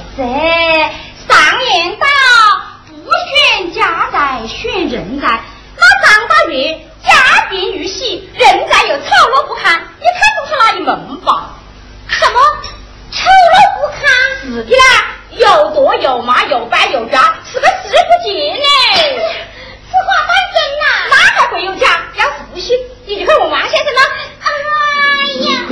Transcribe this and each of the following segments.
这上言道，不选家宅，选人才。那张大月家贫如洗，人才又丑陋不堪，你看不出哪一门吧？ 什么丑陋不堪？ 是的啦，有多有麻有白有渣，是个死不洁呢。 此话当真呐？ 哪还会有假？要复习，你去问王先生呢。 哎呀！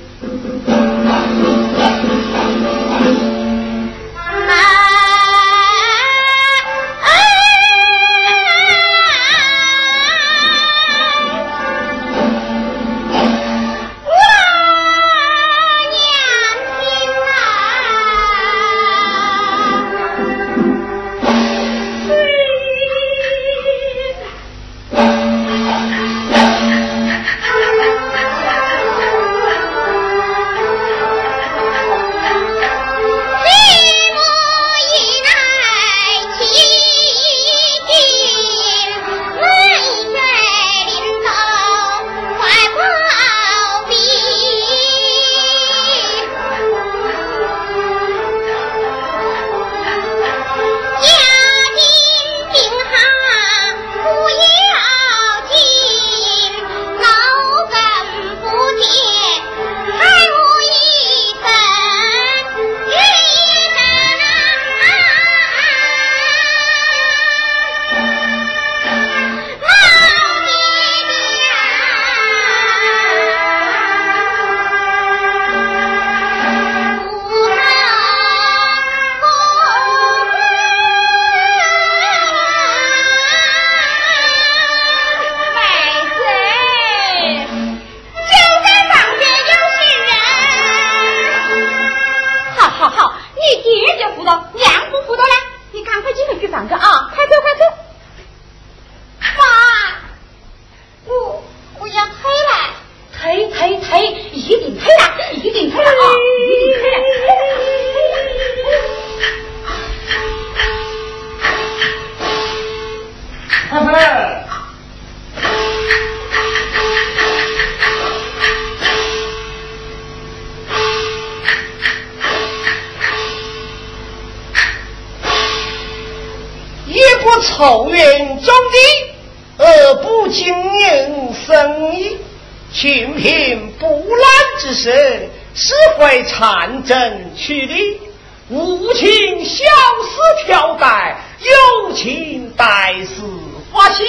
后院种地，而不经营生意，群贫不懒之事，是非残真取利，无情小事挑带，有情代事发起，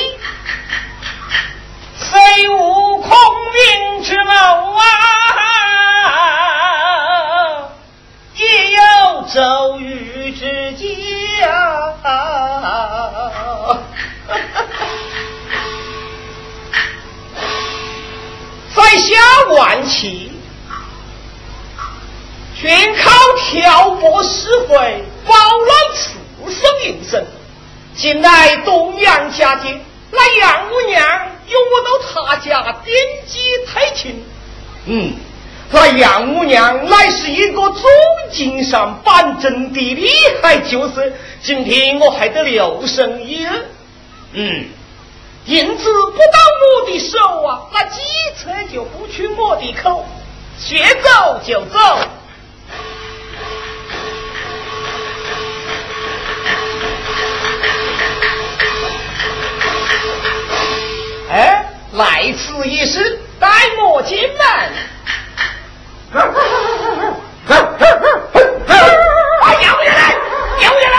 谁无孔明之谋啊，也有周瑜之计啊。在下晚期全靠挑拨是非，饱览此生营生，近来东阳佳节，来杨五娘用我到他家点击抬亲。那杨五娘乃是一个中经上板正的厉害就是，今天我还得留神一二。银子不到我的手啊，那计策就不去我的口，说走就走。来此一试，待我进门。杨五爷来，杨五爷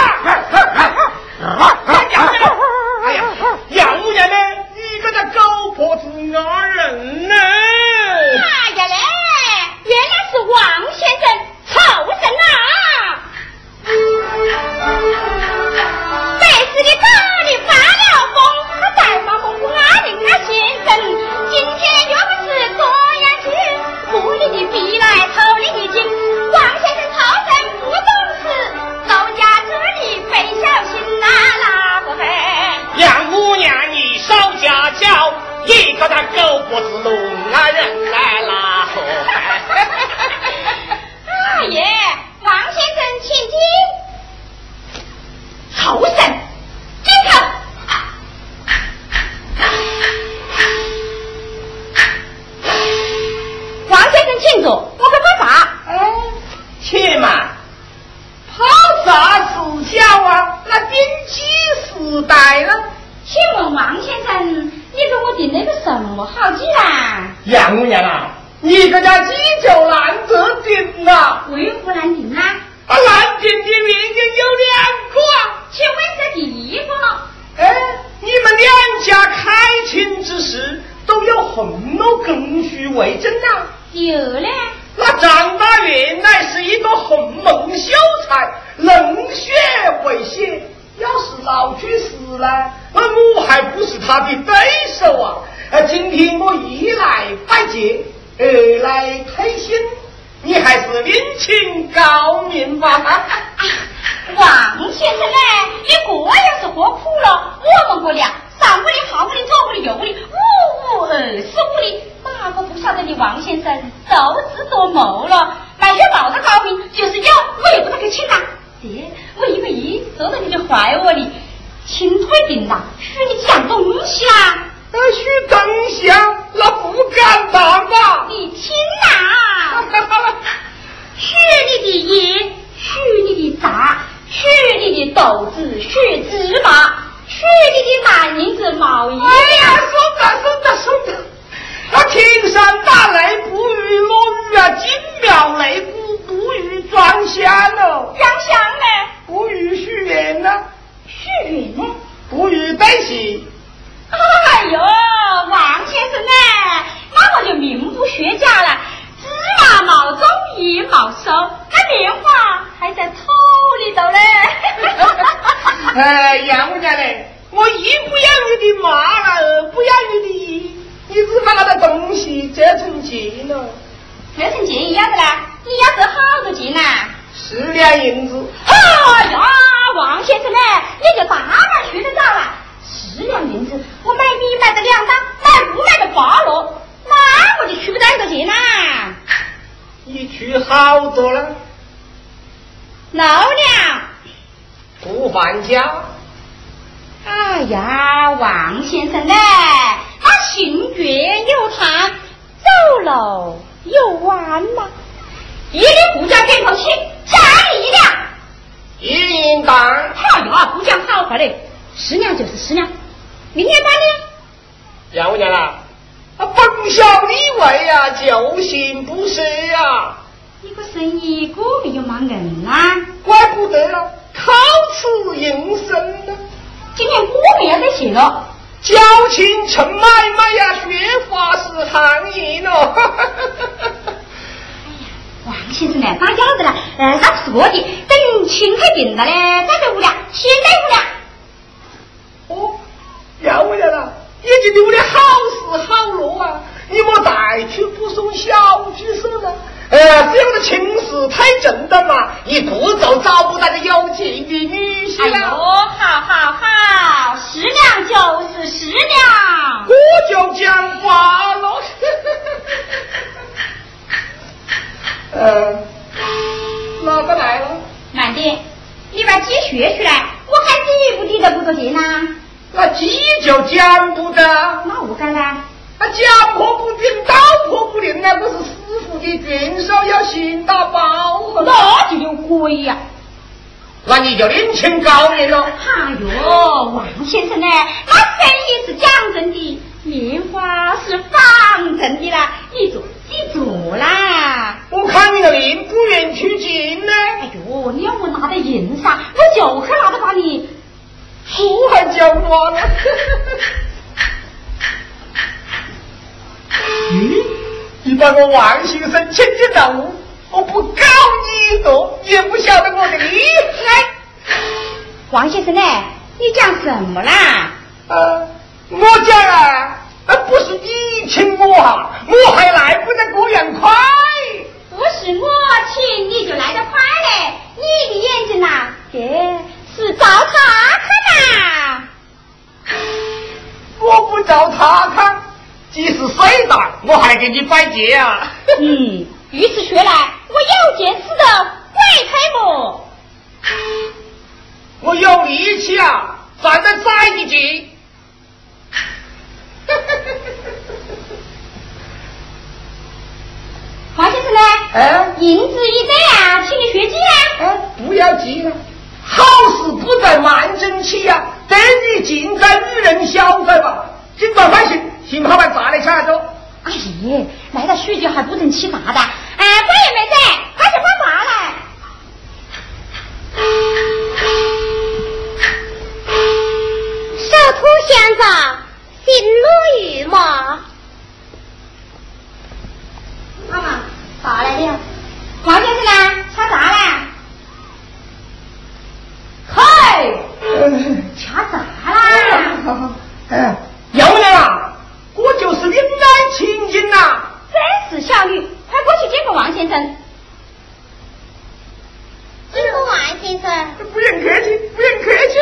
来，哎呀，杨五爷呢？你个这狗婆子讹人呢！ 哎呀嘞，原来是王么好记啦？ 杨姑娘啊，你个家鸡就难得定呐！ 为何难定啊？ 难定的原因有2个。 请问这第一个？ 你们两家开亲之时都有红楼庚戌为证呐。 有呢。 那张大元乃是一个鸿蒙秀才，冷血为血。要是老去世了，那我还不是他的对手啊！今天我一来拜节，来推亲，你还是另请高明吧。 王先生呢？你个要是喝苦了，我们哥俩上屋里、下屋里、左屋里、右屋里，5屋、24屋里，哪个不晓得你王先生斗智多谋了？满血报的高明，就是有我也不得给请呐。我一个一坐在你的怀窝里，亲腿定了，许你几样东西啦？ 许东西啊，那不敢当吧？ 你听呐，许你的盐，许你的渣，许你的豆子，许芝麻，许你的蓝银子毛衣。 哎呀，送的！那天山打雷不遇落雨啊，金庙擂鼓不遇装香了。 装香呢？ 不遇许愿呢？ 许愿呢？ 不遇对戏。 哎呦，王先生呢？那我就名不虚假了。芝麻毛中一毛收，那棉花还在土里头嘞。 杨姑娘嘞，我一不要你的麻了，二不要你的衣，你只把那个东西折成钱了。 折成钱要的啦，你要折好多钱呐 ？10两银子。 哎呀，王先生呢？你就大半去得着了。10两银子，我买米买的2担，买布买的8箩，那我就取不到多钱啦。 你取好多了。 老娘不还家。 哎呀，王先生呢？他行绝有谈，走路有弯嘛。一律不讲点头气，加你1两。 应当。 哎呀，不讲好话嘞，10两就是10两，明年8两。 杨姑娘啦，本小李卫啊，就信不是啊。 你个生意个没有嘛硬啊？ 怪不得了，靠此营生呢。 今天我们要得行了， 交情成买卖呀，学法是行业了。 王先生呢，哪要的啦？那不是我的，等亲腿定了嘞，再得5两，先得5两。 杨姑娘啦，已经留的好事好路啊，你莫再去不送小举手了。这样的亲事太正的嘛，一个就找不到个有钱的女婿了。 哎呦，好，10两就是10两， 我就讲话了。哪个来了？ 慢点，你把鸡学出来，我看抵不抵得不多钱呐？ 那鸡就讲不得， 那我干啦？ 那家破不定，道破不灵，那不是师傅的卷手要行大包， 那就有鬼呀！ 那你就另请高明了。 哎呦，王先生呢？那生意是讲真的，棉花是仿真的啦，你做啦！ 我看你的脸不愿取经呢。 哎呦，你要我拿得银上，我就可拿得把你书还教我了。你把我王先生请进了屋，我不告你一朵，也不晓得我的厉害。 王先生呢？你讲什么啦？ 我讲啊，不是你请我啊，我还来不得过样快。 不是我请你就来得快嘞，你的眼睛呐，是照他看呐。 我不照他看，即使谁打我还给你拜节啊。 于此学来，我有件事的怪开我。 我有力气啊，站得在一起。 黄先生呢？银子一袋啊，请你学记啊。 不要急了，好事不在慢争气啊，得你尽在与人消灾吧。尽管放心， 请麻烦炸来起来走。 哎呀，来到许久还不能起炸的。哎，官爷妹子，快去放炸来。 手土香皂，心如玉马。 妈妈，炸来了。王先生呢？掐炸了。嘿，掐炸啦！ 杨姑娘啊，我就是岭南青金呐。 真是小女，快过去见个王先生。 见个王先生， 不用客气，不用客气。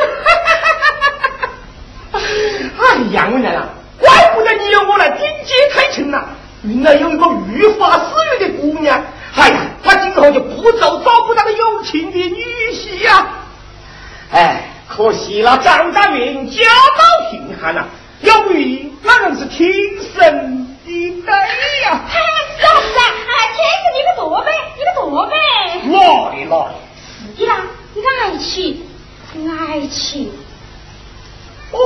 哎，杨姑娘啊，怪不得你由我来顶街开情呐。原来有一个御花似玉的姑娘，哎呀，她今后就不走找不到个有情的女婿呀。哎，可惜了张大运家道贫寒呐，要不然那人是天生的呆呀。 是啊，天生你个多呗，你个多呗。 来， 是的啦，爱情。 哦，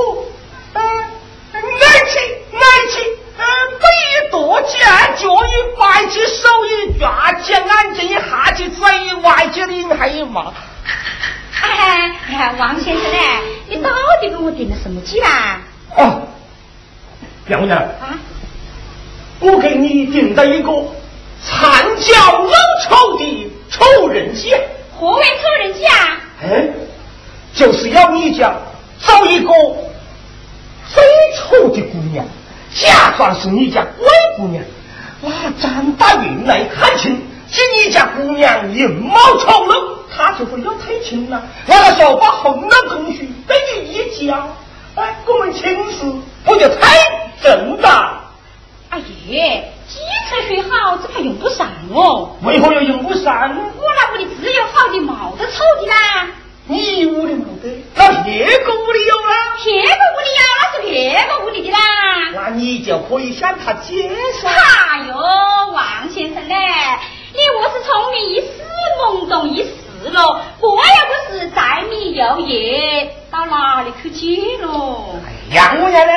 爱情，不宜多见，脚以白起，手以抓，将眼睛一下去，嘴以外界的还有嘛。 哎，王先生呢？你到底给我定了什么计啦？ 哦，杨姑娘啊， 我给你定了一个惨叫老丑的丑人计。 何为丑人计啊？ 就是要你家找一个最丑的姑娘，假装是你家乖姑娘，那张大运来看亲，见你家姑娘人貌丑陋，他就会要退亲了。那个时候把红的同学对你一家，我们亲事不就太正大？ 哎呀，基层学好，这还用不上哦。 为何又用不上？ 我那屋里只有好的，冇得丑的啦。 你屋里冇得，那别个屋里有啦。 别个屋里有，那是别个屋里的啦。 那你就可以向他介绍。 哎呦，王先生嘞，你我是聪明一时，懵懂一时喽。我要不是柴米油盐，到哪里去借喽？ 杨姑娘呢？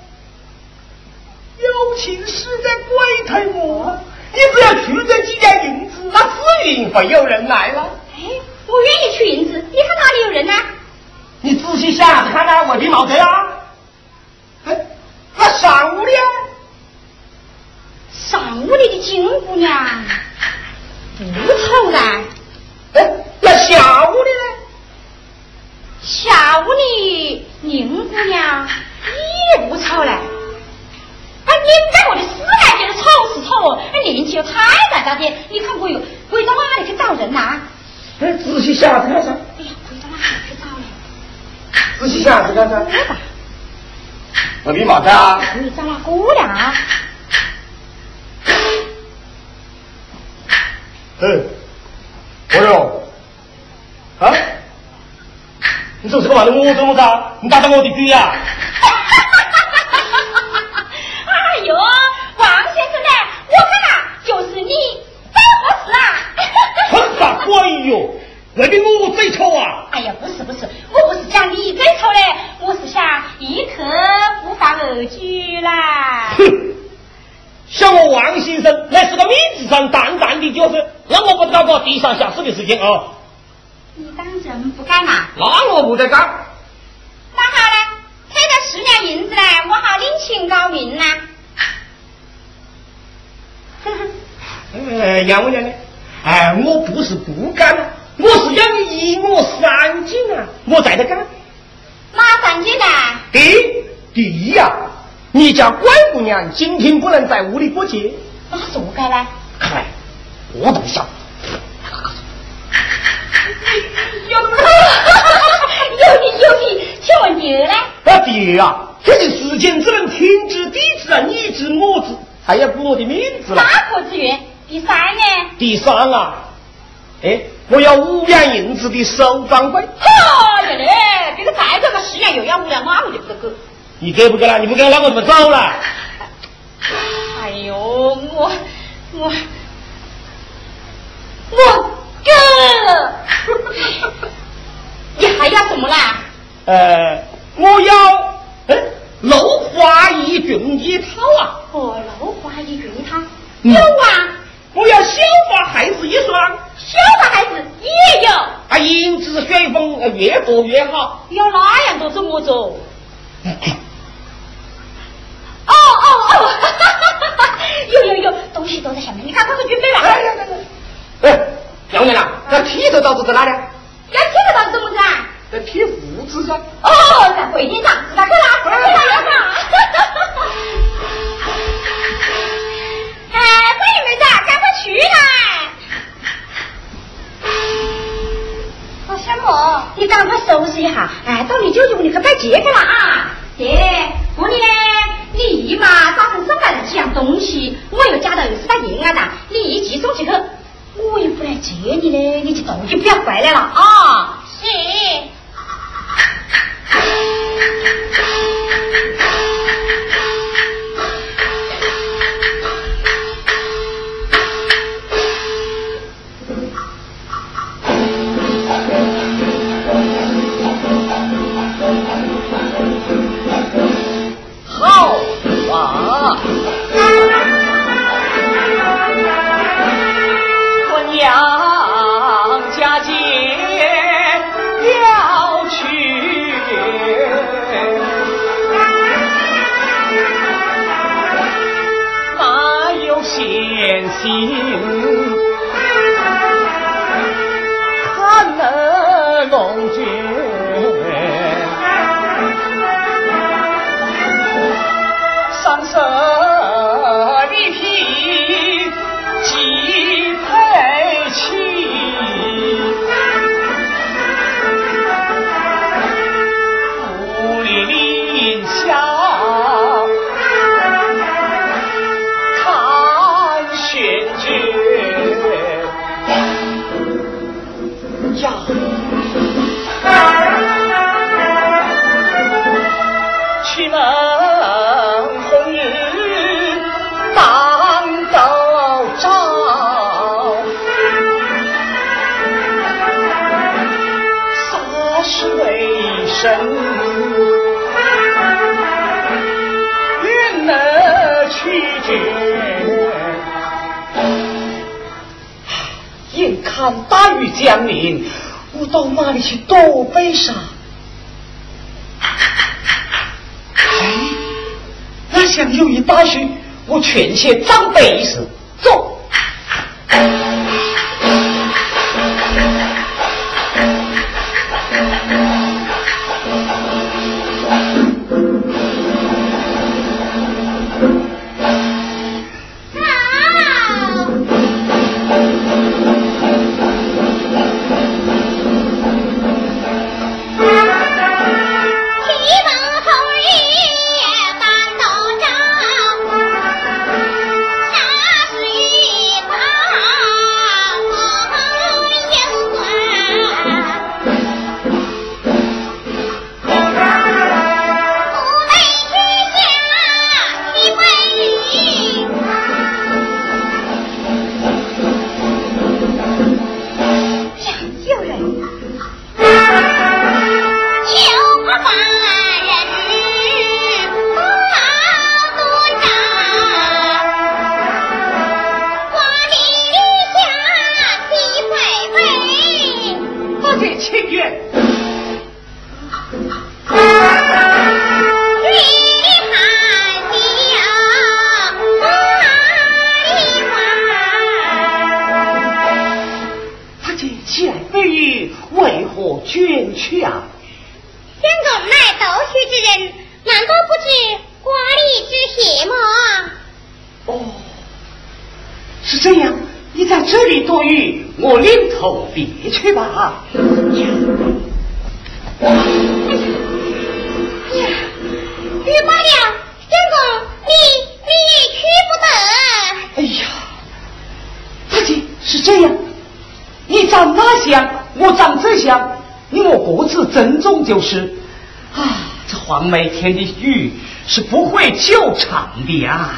有情实在鬼太多，你只要出这几两银子，那自然会有人来了。 我愿意出银子，你看哪里有人呢？ 你仔细想想看啊，未必冇得啊。那上屋里啊？ 上屋里的金姑娘不丑的。 那下屋里呢？ 下屋里宁姑娘也不丑嘞。你在我的思来觉得丑是丑，年纪又太大点，你看我到哪里去找人呐？ 仔细想想看。 哎呀，回到哪里去找嘞？ 仔细想想看。我你冇得啊？ 你找哪个呀？ 哎呦，啊！你这是干嘛的？我怎么着？你打到我的嘴呀？ 哎呦，王先生呢？我看啊，就是你找我事啊！ 很傻瓜哟，为的我最丑啊！ 哎呀，不是，我不是讲你最丑嘞，我是想一刻不发而举啦。 哼，像我王先生那是个面子上淡淡的角色，那我不搞个地上下死的事情啊！ 你当真不干嘛？ 那我不得干。 那好了，退了10两银子来，我好另请高明啦。 杨姑娘呢？我不是不干了，我是要你以我3斤啊，我在这干。 哪3斤呢？ 第一呀，你家乖姑娘今天不能在屋里过节。 那是我该来。 看来我都想。 有你，请问爹呢？ 爹啊，这些事情只能天知地知啊，你知我知，还要顾我的面子了。 大国之源。第3呢？ 第3啊，我要5两银子的收赃费。 哎呀嘞，这个再给个10两又要5两，那我就不得给。 你给不给了？你不给了，那我怎么走了？ 哎呦，我给。你还要什么啦？ 我要楼花一郡一套和老花一云他有啊。 我要小花孩子一双， 小花孩子也有。 啊，银子旋风越多越好。 有那样多怎么做？有，东西都在下面，你赶快去准备吧。 杨娘娘，那剃头刀子在哪里？ 要剃头刀子怎么子啊？ 在剃胡子上。 在柜顶上，快去拿，快去拿。闺女妹子，赶快去来！小莫，你赶快收拾一下，到你舅舅你可别接开了啊！爹，过年你姨妈早晨送来了几样东西，我又夹到20把银啊的，你一起送去去，我又不来接你嘞，你就都就不要回来了啊！是。 好啊！我娘家接了去，哪有闲心看那龙卷？上色礼品几配齐，府里林下看选卷呀。去门红日当道照，洒水深，愿能去卷。眼看大雨将临，我到哪里去躲悲伤？那想有一大事，我劝些长辈一声，走。别去吧！ 哎呀，雨刮了，相公，你也去不得。 哎呀，自己是这样，你长那乡，我长这乡，你我各自珍重就是啊。这黄梅天的雨是不会久长的呀。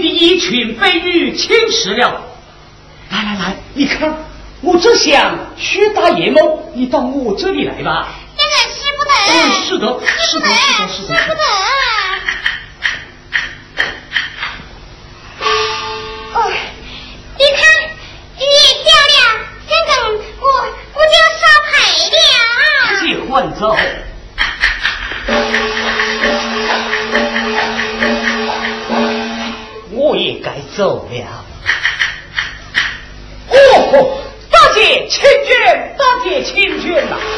的一群美女请示了。来来来，你看，我这想薛大爷梦，你到我这里来吧。 这个使不得。 是的，是的，是的，是的。 使不得。哦，你看雨掉了，先生，我就少赔了。 且换走。我也该走了。哦，大姐请卷，大姐请卷呐！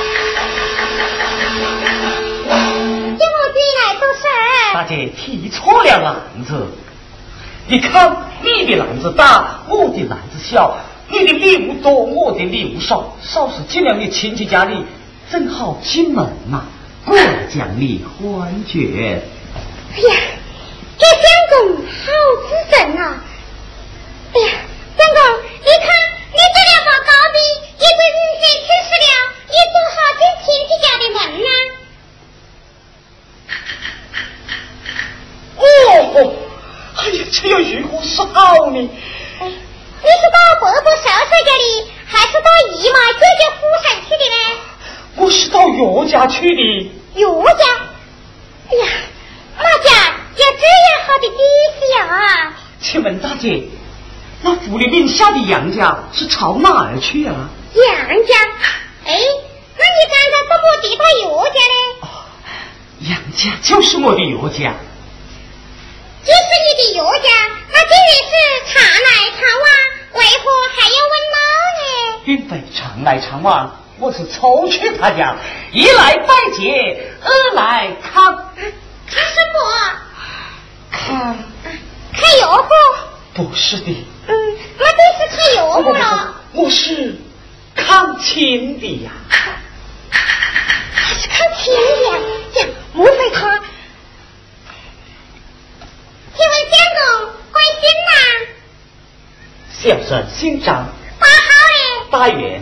叫我自己来做事。 大姐提错了篮子，你看你的篮子大，我的篮子小，你的礼物多，我的礼物少，少是进了你亲戚家里，正好进门嘛，过来将你还卷。 哎呀，这相公好自神啊！哎呀，相公，你看你这两把高的，一对5岁去世了，你多好进亲戚家的门呢？ 哦，哎呀，这有如何是好呢？ 哎，你是到伯伯嫂嫂家里，还是到姨妈舅舅夫婶去的呢？ 我是到岳家去的。 岳家？哎呀，哪家有这样好的地势呀？ 请问大姐，那府里名下的杨家是朝哪儿去啊？ 杨家？哎，那你刚才怎么提到岳家呢？ 哦，杨家就是我的岳家。 就是你的岳家，那既然是常来常往，为何还要问路呢？ 并非常来常往，我是抽去他家，一来拜节，二来看。 看什么？ 看岳父？ 不是的。 那就是看岳父了。 我是看亲的呀。 还是看亲的呀？呀，莫非他？请问相公贵姓哪？ 小生姓张。 八号嘞？ 大元。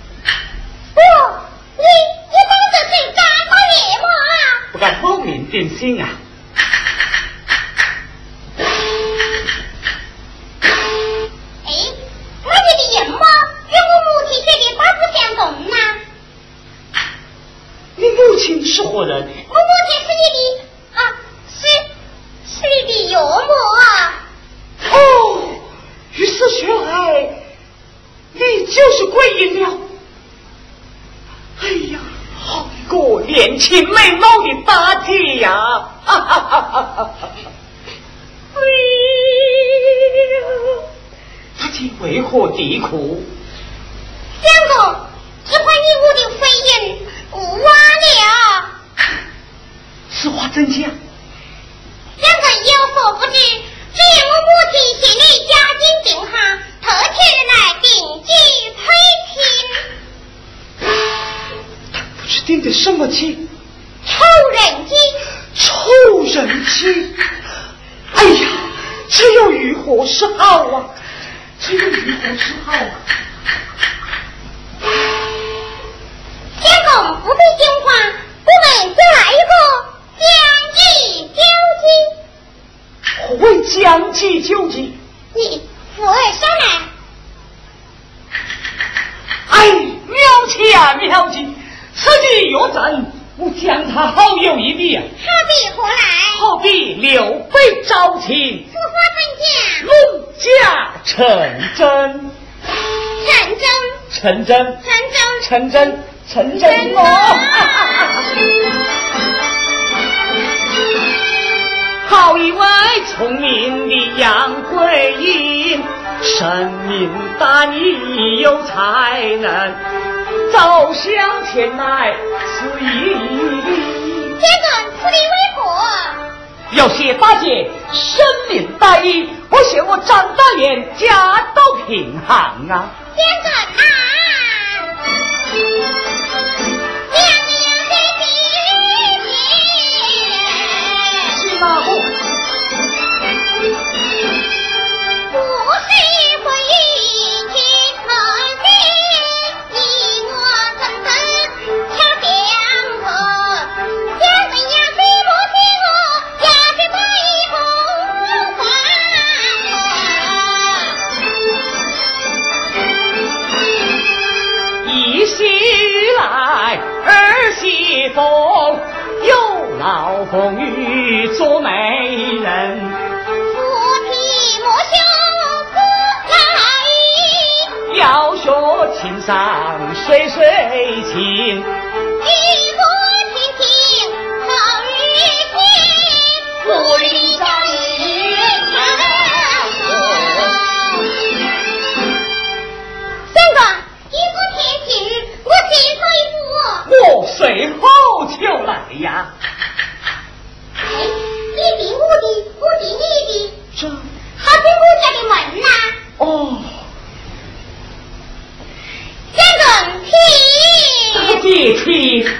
你当着是张大爷吗？ 不敢冒名顶姓啊。 哎，那你的人吗？与我母亲学的大不相同呐。 你母亲是何人？ 我母亲是你的啊，是你的岳母啊。 哦，于是学来，你就是桂英了。哎呀，好一个年轻美貌的大姐呀！哈哈哈哈哈！ 哎呦， 大姐为何啼哭？ 相公，只怕你我的婚姻无望了。 此话真假？ 相公有所不知，只因我母亲心里家境定下，特此来定居配亲。 不是定的什么计？ 臭人计。 臭人计！哎呀，只有如何是好啊！只有如何是好啊！ 相公不必惊慌，我们就来一个将计就计。 何谓将计就计？ 你扶儿上来。 哎，妙计啊，妙计！此计若真，我将他好有一比啊！ 好比何来？ 好比刘备招亲， 此话弄假成真， 怎讲？ 成真， 成真， 成真，成真哦！好一位聪明的杨贵英，深明大义有才能，走向前来此一礼。 先生，此理为何？ 要谢大姐深明大义，不谢我张大爷家道贫寒啊！ 先生啊，娘娘的弟弟， 是哪户？ 不是婚姻去看的，你我怎能巧相合？相分呀，谁不是我，家是对不还？ 随风，有劳风雨做媒人。 夫妻莫休不来， 要学情上水水情， 一夫亲情好于心， 不离在我随后就来呀！ 哎，你的我的你的， 这好进我家的门呐！ 哦， 三更听， 别听。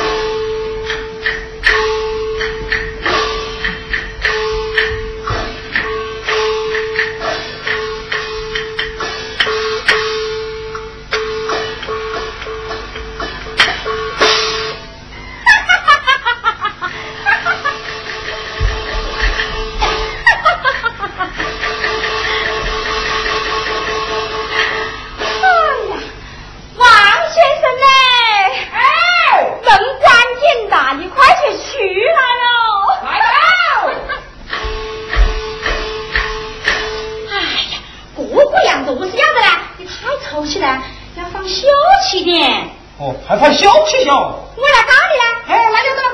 还怕小气小？ 我来搞你了， 哎，来就走。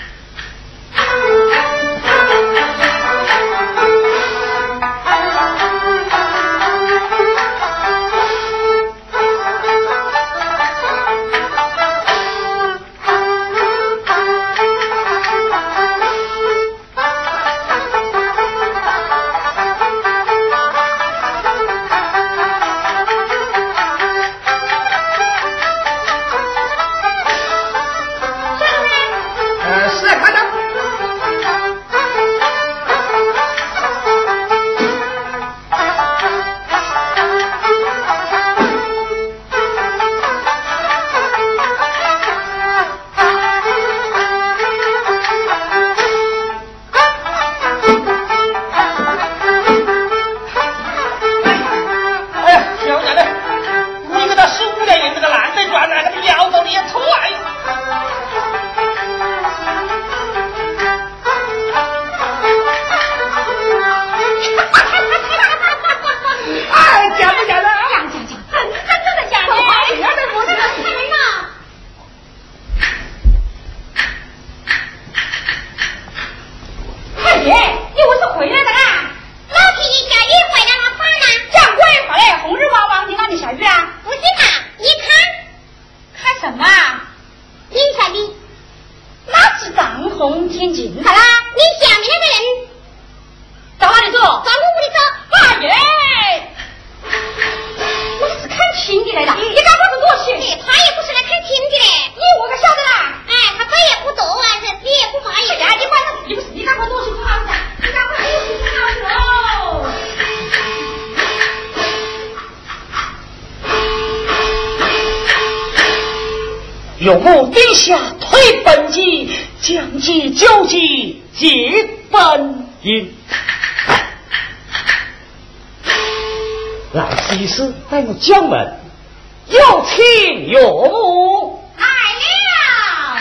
有目定下，推本纪，将计就计，结本营。来西施带我将门，有请有目。 来了。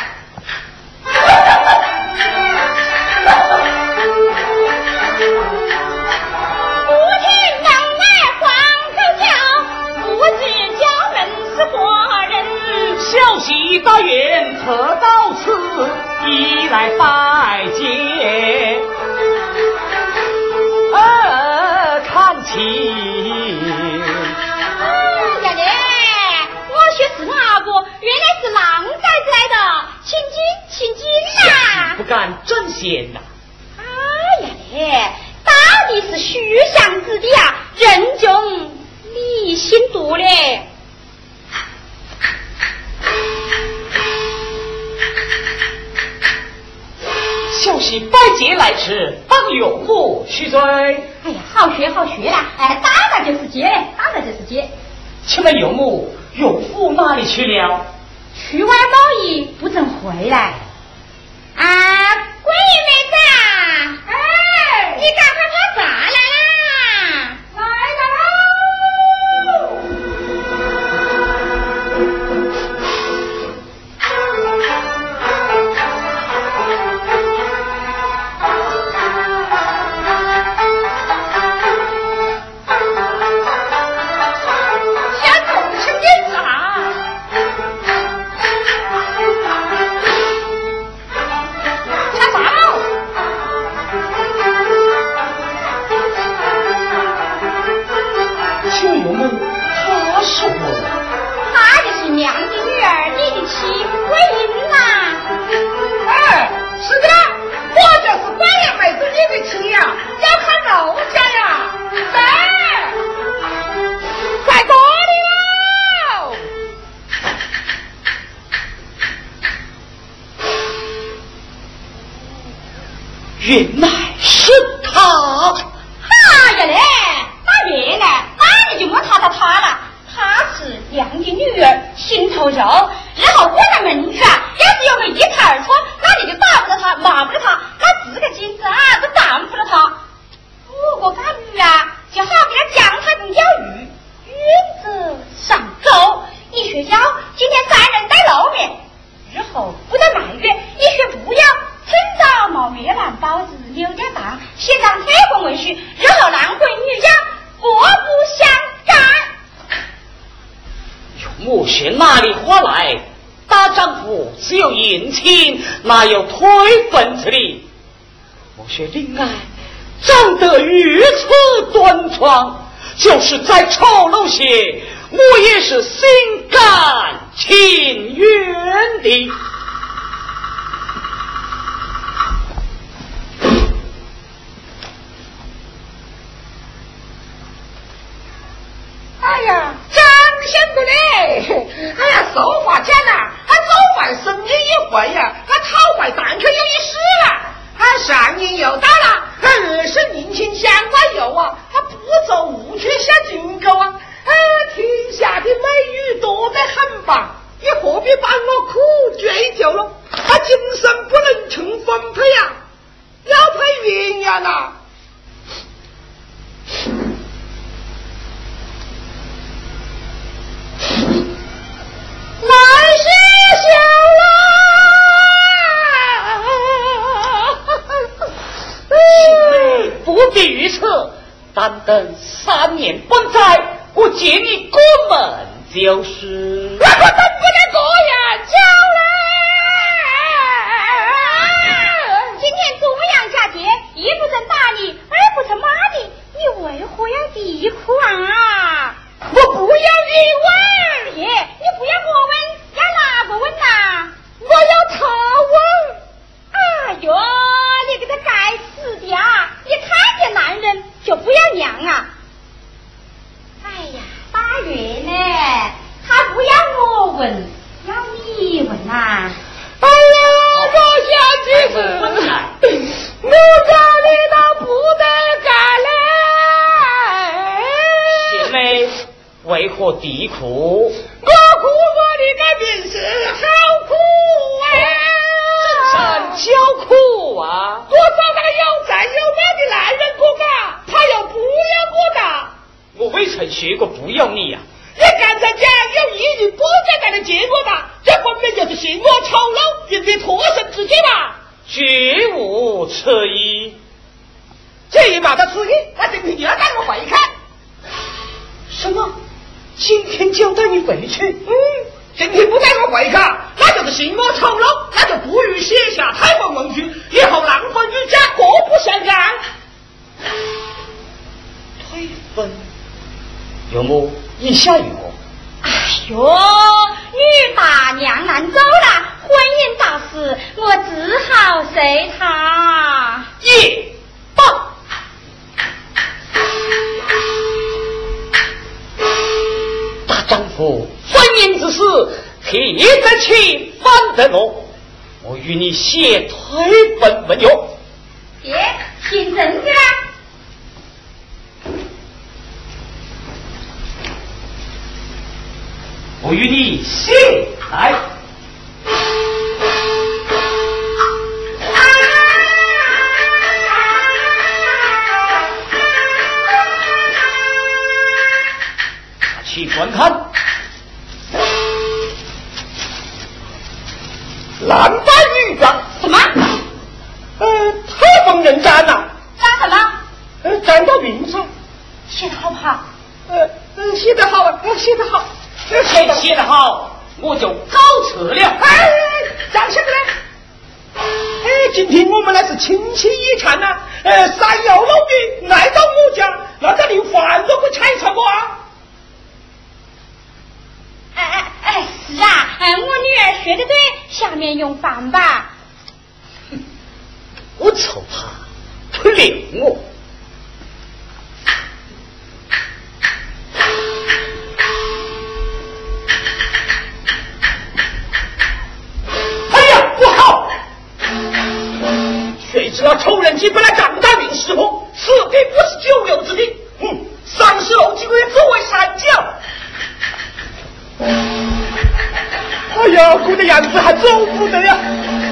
不听门外黄口叫，不知家门是活人。 小喜大愿特到此，一来拜见。看齐。 娘娘，我说是哪个？原来是狼崽子来的，请进，请进呐！ 不敢正显呐。 哎呀，到底是虚相之地啊，人中理心多嘞。 小喜拜节来迟，当有目去追。 哎呀，好学好学啦！哎，当然就是接，当然就是接。 请问有目，有父哪里去了？ 去外贸易不曾回来。啊，闺女妹子啊，哎，你赶快跑啥来啦？来了。 心归阴呐。 哎，是的，我就是关阳妹子你的妻呀，要看肉家呀。哎，快过来喽！ 原来是他。 哎呀嘞，大月呢？哪里就没查到他了？她是娘的女儿，心头肉。日后我在门去啊，要是有个一拍而错，那你就打不到他，骂不到他，那这个金子啊都担不了他。不过干鱼啊，就好比那姜太公钓鱼，远则上钩。你却要今天三人在露面，日后不得埋怨，你却不要趁早冒越南包子留点档，写张结婚文书，日后男婚女嫁，各不相干。 用我学哪里话来？大丈夫只有姻亲，哪有推分之理？我学恋爱长得如此端庄，就是再丑陋些，我也是心甘情愿的。 哎呀，张先不嘞！哎呀，手花钱呐，走坏生意一回呀，讨坏蛋壳有一时了。上年又到了，20年前相关有啊，不走无缺下军购啊。天下的美女多得很吧，你何必把我苦追究了？今生不能穷分配呀，要配鸳鸯呐。来是小妹不必于此，但等3年半载，我接你过门就是。 我可等不得过呀，娇嘞！ 今天中阳佳节，一不曾打你，二不曾骂你，你为何要啼哭啊？ 我不要你问， 爷，你不要我问，要哪个问呐？ 我要他问。 哎呦，你这个该死的啊！你看见男人就不要娘啊！哎呀，大月呢？他不要我问，要你问呐！ 哎呀，这下子我家里都不得干嘞！ 小妹为何啼哭？ 我哭我的个命是好苦真叫苦啊！ 我找那个有占有貌的男人过嘎，他又不要我嘎。 我未曾学过不要你呀。 你刚才讲有意义，不简单的接我吧？这分明就是嫌我丑陋，引起脱身之计吧？ 绝无此意。 这一把的此意，那今天就要带我回看。 什么？今天就带你回去？ 今天不带我回去，那就是嫌我丑陋，那就不如写下太公文书，以后男婚女嫁各不相干。 推分有木以下有。 哎呦，女大娘难走了，婚姻大事，我只好随他。 也罢，大丈夫婚姻之事，提得起反得落。我与你写推分文约。 爷，姓陈的。 我与你写来。去观看。 男扮女装。 什么？ 太疯人占了。 占什么？ 占到名上。 写的好不好？ 写得好啊，写得好。 写得好，我就告辞了。 张先生，今天我们那是亲戚一场啊，三幺老的来到我家，那这连饭都不拆成啊。 是啊，我女儿学面用饭吧。 我瞅他不留我。哎呀，不好！谁知道仇人机本来张大运识破，此地不是久留之地。30楼几个月作为山将。哎呀，姑的样子还走不得呀！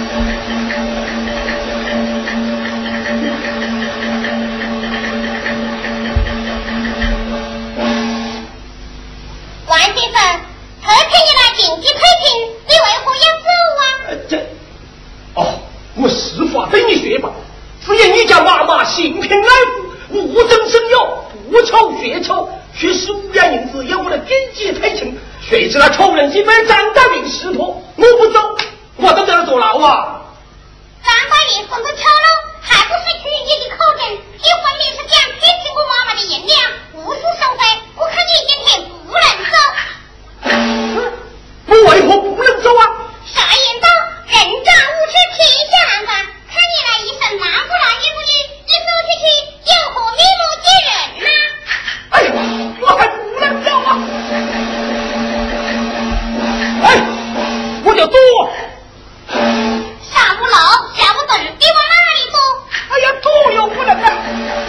万先生，特请你来紧急推聘，你为何要走啊？ 我实话对你说吧，只因你家妈妈性平爱富，无争生有，不愁血仇，却使5两银子也不能紧急推请。谁知那仇人机被张大运识破，我不走，我都在那坐牢啊！ 张大运送到桥楼，还不是据你的口证，你分明是想推聘我妈妈的银两，无事生非。我看你今天不能走。 我为何不能走啊？ 啥言道，人长无知，天下难犯。看你那一身男不男女不女，你走出去有何面目见人呢？ 哎呀，我还不能走啊！哎，我就躲。 上不楼下不等，你往哪里躲？ 哎呀，躲又不能啊！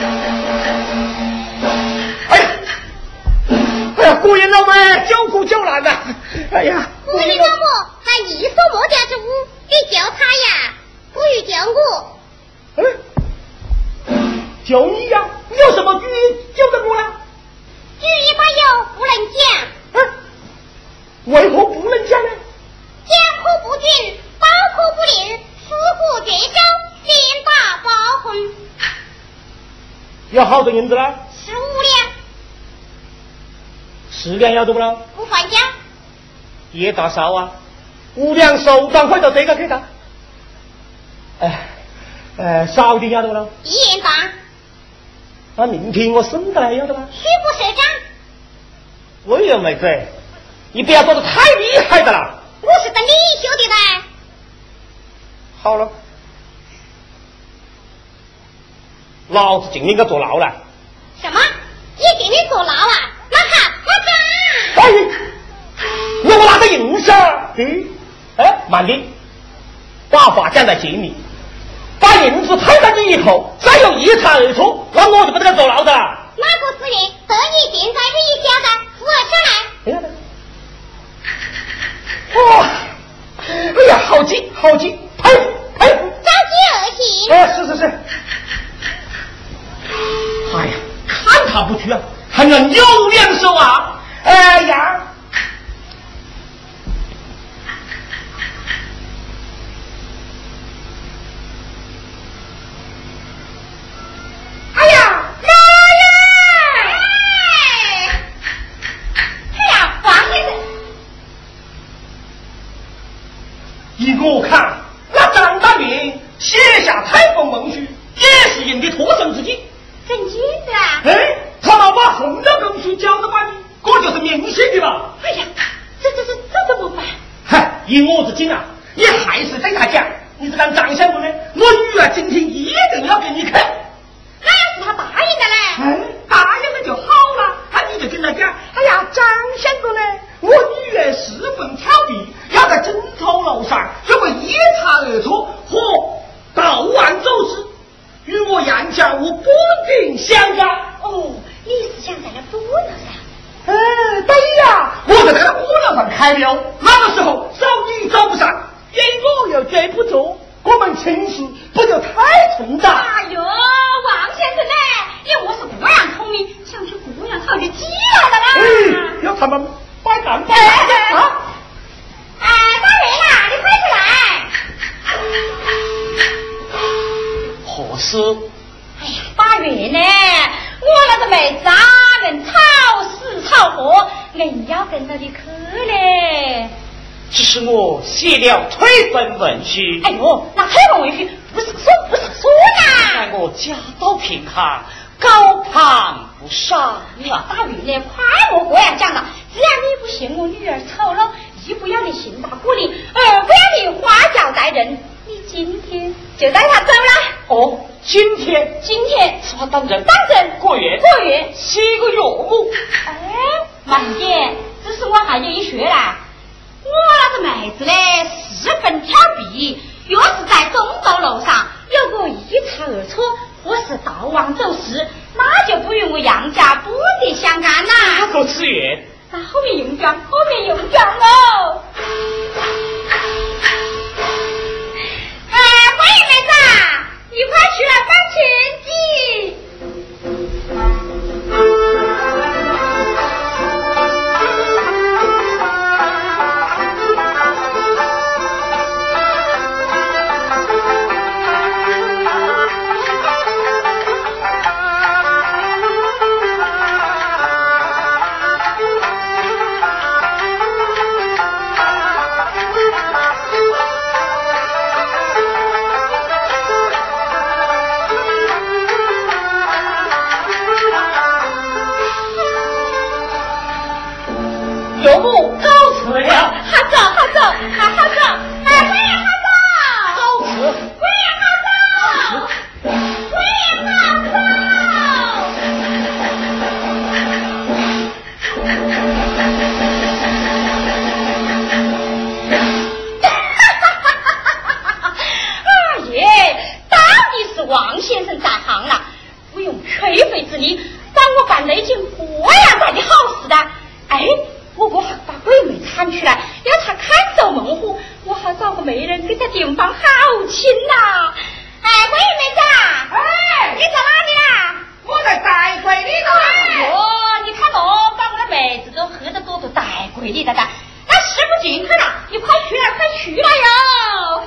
哎呀，顾云老妹，久苦久难呐！哎呀， 顾云老母，那一所莫家之物，你救他呀，不如救我。 救你呀？你有什么主意救得我呢？ 举一把油不能讲。 为何不能讲呢？ 讲可不准，包可不灵，死活绝招，先打包婚。 要好多银子呢 ？15两。 10两要得不了？ 不还价。 也打少啊，5两手掌会到这个给他。少一点要得不了 1元半。 那明天我送得来要得吧？ 虚不设账。 我又妹子，你不要做得太厉害的了。 我是等你修的噻。 好了，老子今天该坐牢了。 什么？你今天坐牢啊？那好，我走。我拿着银子。慢点，把话讲在心里。把银子推到你以后，再有一查二错，那我就不得坐牢的。 哪个自愿得你现在这一交代，扶上来。哎呀，好急，好急，佩服。 着急而行。 是。哎呀，看他不去啊，还能有2手啊！哎呀！ 哎呀，来了！哎呀，王先生， 依我看，那张大运写下开封文书，也是赢的脱身之计。 真机子啊！ 他老把红的文书交给把你，这就是明显的吧？ 哎呀，这怎么办？ 嗨，以我之见啊，你还是对他讲，你这张长相不呢？我女儿今天一定要给你看。 那要是他答应的嘞？ 答应了就好了。你就跟他讲，哎呀，张相公呢，我女儿十分调皮，要在枕头楼上，就会一查二错或到晚走失，与我杨家无不尽相干。 你是想在那火炉上？ 对呀，我就在那火炉上开了，那个时候找你找不上，给我又追不住，我们亲事不就太成长？ 哎呦，王先生呢？你我是这样聪明，想起这样好就急来了啦！ 要他们摆蛋啊！ 大人啦，你快出来！ 何事？ 哎呀，大人呢？我那个妹子啊，能吵死吵活，硬要跟着你去嘞。 只是我写了退婚文书。 哎呦，那退婚文书不是说呀？ 在我家道贫寒，高攀不上啊！ 大人呢，快莫这样讲了。只要你不嫌我女儿丑了， 既不要你行大过礼，而不要你花脚待人，你今天就带他走了。 哦，今天是他当真过月写个岳母。 哎，慢点，只是我还有一说啦。我那个妹子呢，4分调皮，若是在中州楼上有个一差二错，或是盗王走失，那就不与我杨家不得相干啦。 他够吃月， 那后面用讲哦。欢迎妹子，你快去来搬钱机。 岳母告辞了， 好走，好走，哎，贵人好走， 告辞， 贵人好走，贵人好走。二爷，到底是王先生在行了，不用吹费之力帮我办那件这样大的好事的。哎，我还把鬼妹喊出来，要他看走猛虎，我还找个媒人给他订房好亲呐。哎，鬼妹子， 哎， 你在哪里啊？ 我在带柜里头。 哦，你看哦，把我的妹子都喝得多带柜里的，那使不进去了，你快去了哟！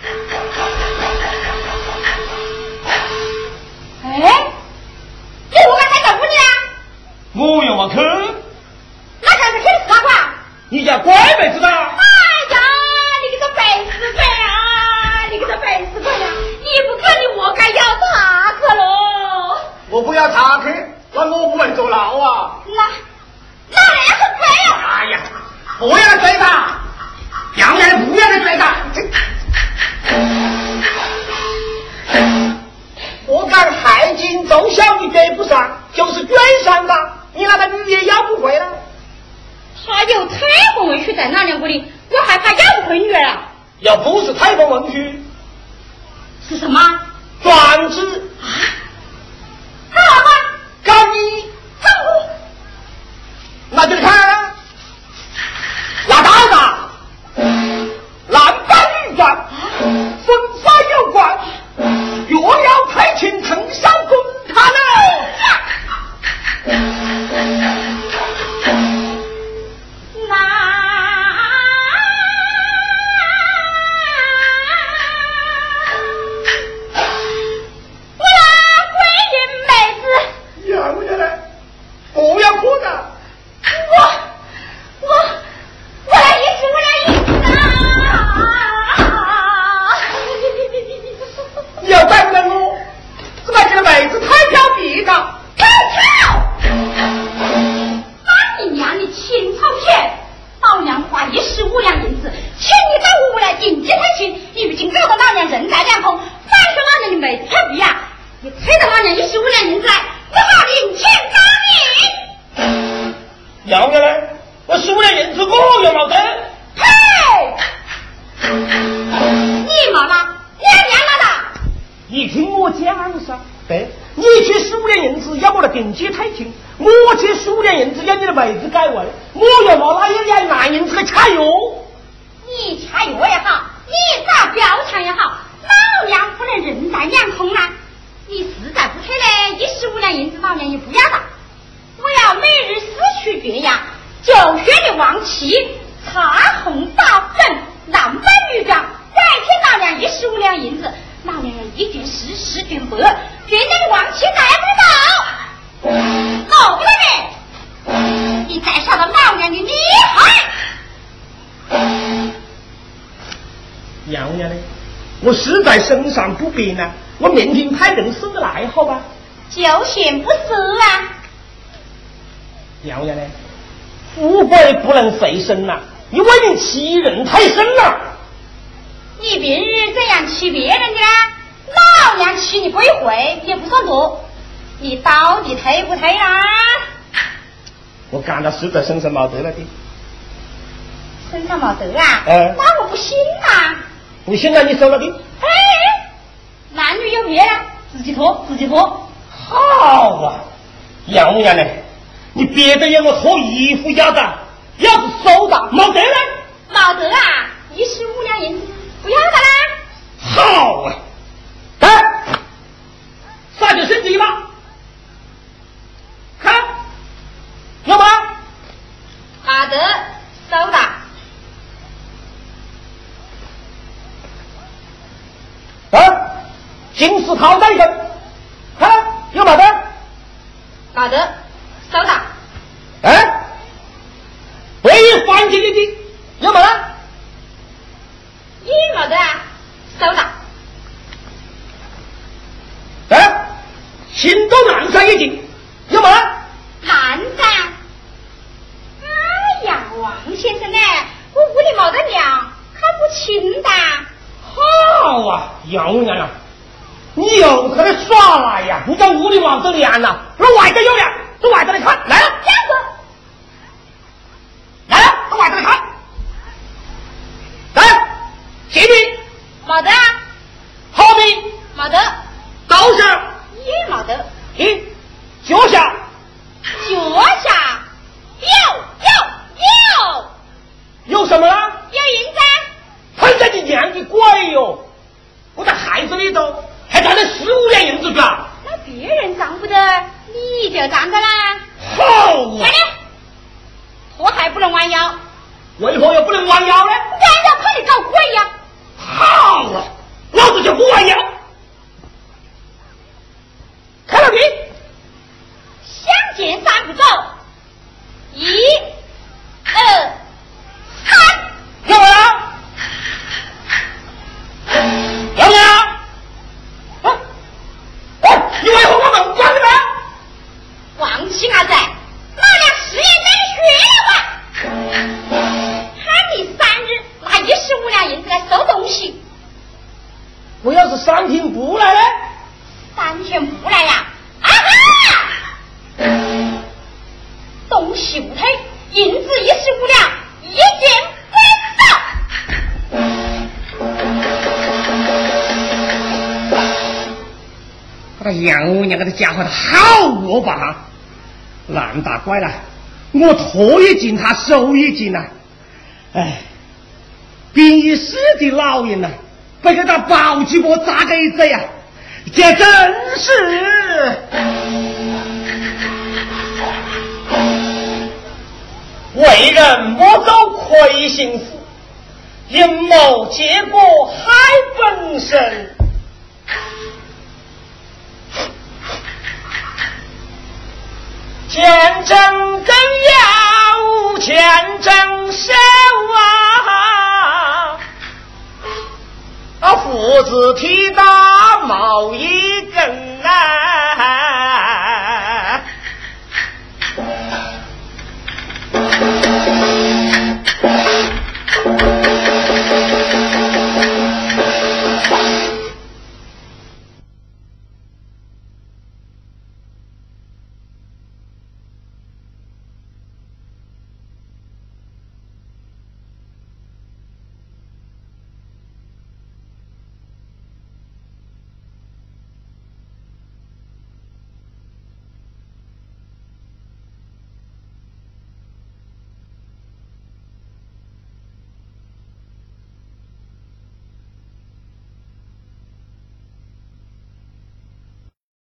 哎，你我刚才在屋里啊？ 我又没去。 那刚才去的是哪个啊？ 你家乖妹子吧？ 哎呀，你个背死鬼啊！你不可以我该要他去喽！ 我不要他去，那我不会坐牢啊！ 那也很贵啊！ 哎呀，不要来追他，杨人不要来追他。我看海金奏效你给不上，就是捐上的，你那个女也要不回了。 他有太空文曲在那两个里，我害怕要不回女儿啊！ 要不是太空文曲， 是什么？ 转职啊？干嘛？ 高一干我？ 那就看拿刀子蓝斑玉转分发有关若要开请丞相滚他了不要哭的， 我来一次你要带不了我，这个妹子太调皮了， 太跳！把你娘的钱钞钱，老娘花15两银子，请你到我屋来迎接探亲，你如今搞得老娘人财两空，反说老娘的妹子调皮呀！你催着老娘15两银子来，我好领钱找你。 要不然我15两银子我又没得。 嘿，你没了，娘了啦！ 你听我讲噻，对，你去15两银子要我来顶接太亲，我去15两银子要你的妹子改位，我又没那一两万银子去掐药。 你掐药也好，你打标枪也好，老娘不能人财两空啊！你实在不退嘞，15两银子老娘也不要了。我要每日4曲绝呀，9穴的王旗，茶红大粉，蓝斑女装，再骗老娘15两银子，老娘1卷10，10卷8，绝对的王旗带不到，弄不得的，你再晓得老娘的厉害。 娘娘呢？我实在身上不便啊，我明天派人送来好吧？ 就嫌不是啊！ 娘娘呢？富贵不能随身呐， 你为民欺人太甚了。 你平日这样欺别人的，老娘欺你归回也不算多，你到底推不推啊？ 我干了实在身上没得了的。 身上没得啊？那我不信啊！ 不信啊，你收了的。 哎，男女有别了，自己脱，自己脱。 好啊，杨娘呢？你别的让我脱衣服要的，要是收的没得了。 没得啊，15两银子不要的啦。 好啊，来，撒点身子一把，看，有吗？ 没得，收的。 金丝桃带一根，看有没得？ 没得，收的。 唯一环境的有没得？ 也没得啊，收的。 新东南山一斤有没得？ 南山。哎呀，王先生呢？我屋里没得粮，看不清的。 好啊，杨娘啊，你又在那耍来呀？你在屋里忙着粮了，那外头有粮，到外头来看，来了， 这样子， 来了，到外头来看，来，前面没得啊， 后面没得， 高下也没得， 脚下，有什么了？ 有银子。 看在你娘的鬼哟！我在孩子里头还赚了15两银子吧？ 那别人涨不得，你就涨得啦。 好啊！ 快点，我还不能弯腰。 为何又不能弯腰呢？ 弯腰怕你搞鬼呀！ 好啊，老子就不弯腰。看到你， 向前3步走，1、2、3， 干嘛呀？杨娘，你为何把门关了呢？ 王七伢子，老娘10年没学了喊你3日拿15两银子来收东西。 我要是3天不来呢 ？3天不来呀？啊哈！东西不退，银子15两，一件不走。 这杨娘这家伙好恶霸，难打怪了，我拖一斤他收一斤呐！病已死的老人呐，被给他抱起我砸个一子呀，这真是为人莫走亏心事，阴谋结果害本身。见证更要见证手啊！父子提打毛一根啊！